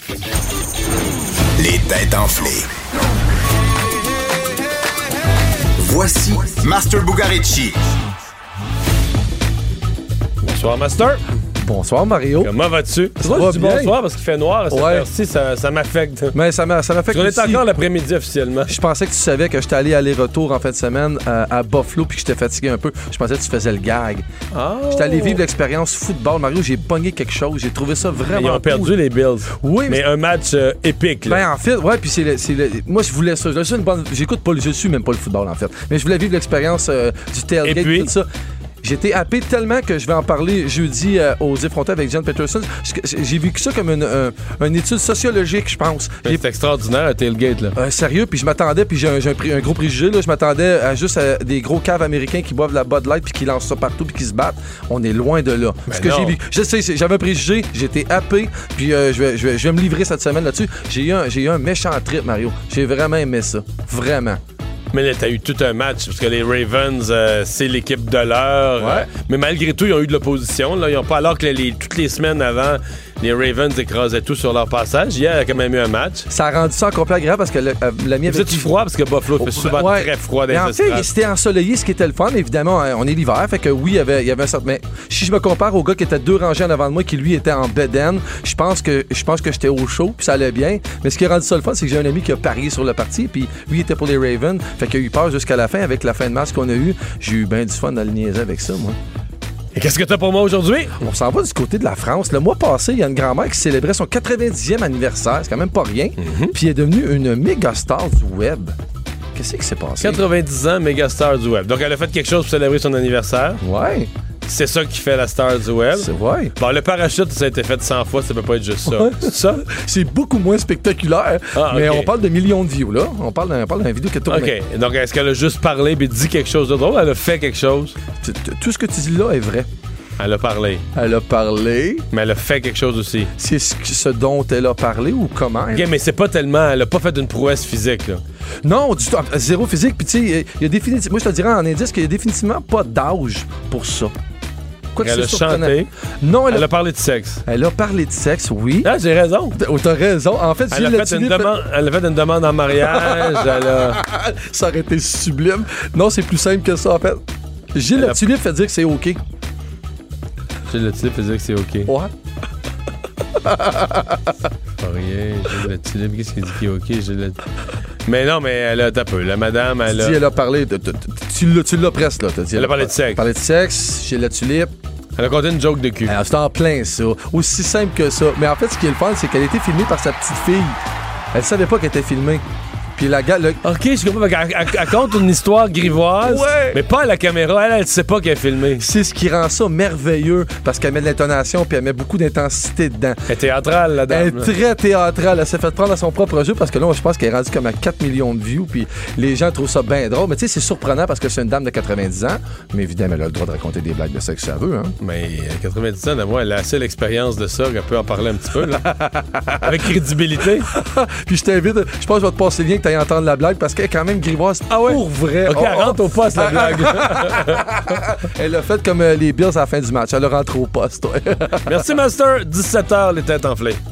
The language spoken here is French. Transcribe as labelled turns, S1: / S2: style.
S1: Les têtes enflées. Voici Master Bugarici.
S2: Bonsoir, Master.
S3: Bonsoir, Mario.
S2: Comment vas-tu?
S3: Ça va bien.
S2: Bonsoir parce qu'il fait noir à cette heure-ci, ça m'affecte.
S3: Mais ça m'affecte
S2: On
S3: aussi.
S2: est encore l'après-midi officiellement.
S3: Je pensais que tu savais que j'étais allé aller-retour en fin de semaine à Buffalo puis que j'étais fatigué un peu. Je pensais que tu faisais le gag. J'étais allé vivre l'expérience football. Mario, j'ai pogné quelque chose. J'ai trouvé ça vraiment
S2: Ils ont perdu les Bills.
S3: Oui,
S2: mais un match épique. Là.
S3: Ben, en fait, ouais, puis moi, je voulais ça. J'écoute pas, je suis même pas le football, en fait. Mais je voulais vivre l'expérience du tailgate et puis, tout ça. J'étais happé tellement que je vais en parler jeudi aux effrontés avec John Peterson. J'ai vécu ça comme une étude sociologique, je pense.
S2: C'est extraordinaire, un tailgate, là.
S3: Sérieux, puis je m'attendais, puis j'ai un gros préjugé, là. Je m'attendais à juste à des gros caves américains qui boivent la Bud Light puis qui lancent ça partout puis qui se battent. On est loin de là.
S2: Ben
S3: Ce que j'ai vécu. Je sais, j'avais un préjugé, j'étais happé, puis je vais me livrer cette semaine là-dessus. J'ai eu un méchant trip, Mario. J'ai vraiment aimé ça. Vraiment.
S2: Mais là, t'as eu tout un match, parce que les Ravens, c'est l'équipe de l'heure.
S3: Ouais.
S2: Mais malgré tout, ils ont eu de l'opposition. Là. Ils ont pas, alors que toutes les semaines avant, les Ravens écrasaient tout sur leur passage. Hier, il y a quand même eu un match.
S3: Ça a rendu ça encore plus agréable parce que l'ami avait...
S2: C'était froid, parce que Buffalo fait souvent très froid dans les
S3: en fait, c'était ensoleillé, ce qui était le fun. Évidemment, on est l'hiver, fait que oui, il y avait un certain... Mais si je me compare au gars qui était 2 rangées en avant de moi, qui lui était en bedaine, je pense que j'étais au chaud, puis ça allait bien. Mais ce qui a rendu ça le fun, c'est que j'ai un ami qui a parié sur le parti, puis lui, il était pour les Ravens. Fait qu'il a eu peur jusqu'à la fin. Avec la fin de match qu'on a eu, j'ai eu bien du fun à le niaiser avec ça, moi.
S2: Et qu'est-ce que t'as pour moi aujourd'hui?
S3: On s'en va du côté de la France. Le mois passé, il y a une grand-mère qui célébrait son 90e anniversaire. C'est quand même pas rien. Puis elle est devenue une méga star du web. Qu'est-ce qui s'est passé?
S2: 90 ans, méga star du web. Donc, elle a fait quelque chose pour célébrer son anniversaire.
S3: Ouais.
S2: C'est ça qui fait la star du web.
S3: C'est vrai.
S2: Bon, le parachute, ça a été fait 100 fois, ça peut pas être juste ça.
S3: Ouais.
S2: C'est ça?
S3: C'est beaucoup moins spectaculaire. Mais
S2: okay.
S3: on parle de millions de views, là. On parle d'une vidéo qui tourne.
S2: OK. Donc, est-ce qu'elle a juste parlé et dit quelque chose de drôle? Elle a fait quelque chose?
S3: Tout ce que tu dis là est vrai.
S2: Elle a parlé.
S3: Elle a parlé.
S2: Mais elle a fait quelque chose aussi.
S3: C'est ce dont elle a parlé ou comment?
S2: OK, mais c'est pas tellement... Elle a pas fait une prouesse physique, là.
S3: Non, du tout. Zéro physique. Puis tu sais, il y a définitivement... Moi, je te dirais en indice qu'il y a définitivement pas d'âge pour ça.
S2: Elle a chanté.
S3: Non,
S2: elle a parlé de sexe.
S3: Elle a parlé de sexe, oui.
S2: Ah, j'ai raison.
S3: T'as raison. En fait,
S2: elle a fait une demande en mariage.
S3: Ça aurait été sublime. Non, c'est plus simple que ça, en fait. Gilles Le Tulipe fait dire que c'est OK.
S2: Gilles Le Tulipe fait dire que c'est OK.
S3: Ouais.
S2: Pas rien. Gilles Le Tulipe, qu'est-ce qu'il dit qui est OK? Gilles Le... Mais non, mais elle a tapé. La madame, elle a...
S3: Elle a parlé de... Tu l'as presque, là.
S2: Elle a parlé de sexe.
S3: Elle a parlé de sexe, Gilles Le Tulipe.
S2: Elle a compté une joke de cul.
S3: C'est en plein, ça. Aussi simple que ça. Mais en fait, ce qui est le fun, c'est qu'elle a été filmée par sa petite fille. Elle savait pas qu'elle était filmée. Puis la gars...
S2: OK, je comprends. Elle compte une histoire grivoise, mais pas à la caméra. Elle sait pas qu'elle est filmée.
S3: C'est ce qui rend ça merveilleux, parce qu'elle met de l'intonation puis elle met beaucoup d'intensité dedans.
S2: Elle est théâtrale, la dame.
S3: Elle est très théâtrale. Elle s'est fait prendre à son propre jeu, parce que là, je pense qu'elle est rendue comme à 4 millions de views, puis les gens trouvent ça bien drôle. Mais tu sais, c'est surprenant parce que c'est une dame de 90 ans, mais évidemment, elle a le droit de raconter des blagues de sexe si elle veut. Hein?
S2: Mais 90 ans, moi, elle a assez l'expérience de ça qu'elle peut en parler un petit peu, là. Avec crédibilité.
S3: Puis je t'invite, je pense que je vais te passer le lien que tu ailles entendre la blague, parce qu'elle est quand même grivoise pour vrai.
S2: OK, elle rentre au poste, la blague.
S3: Elle a fait comme les Bills à la fin du match. Elle a rentré au poste.
S2: Merci, Master. 17h, les têtes enflées.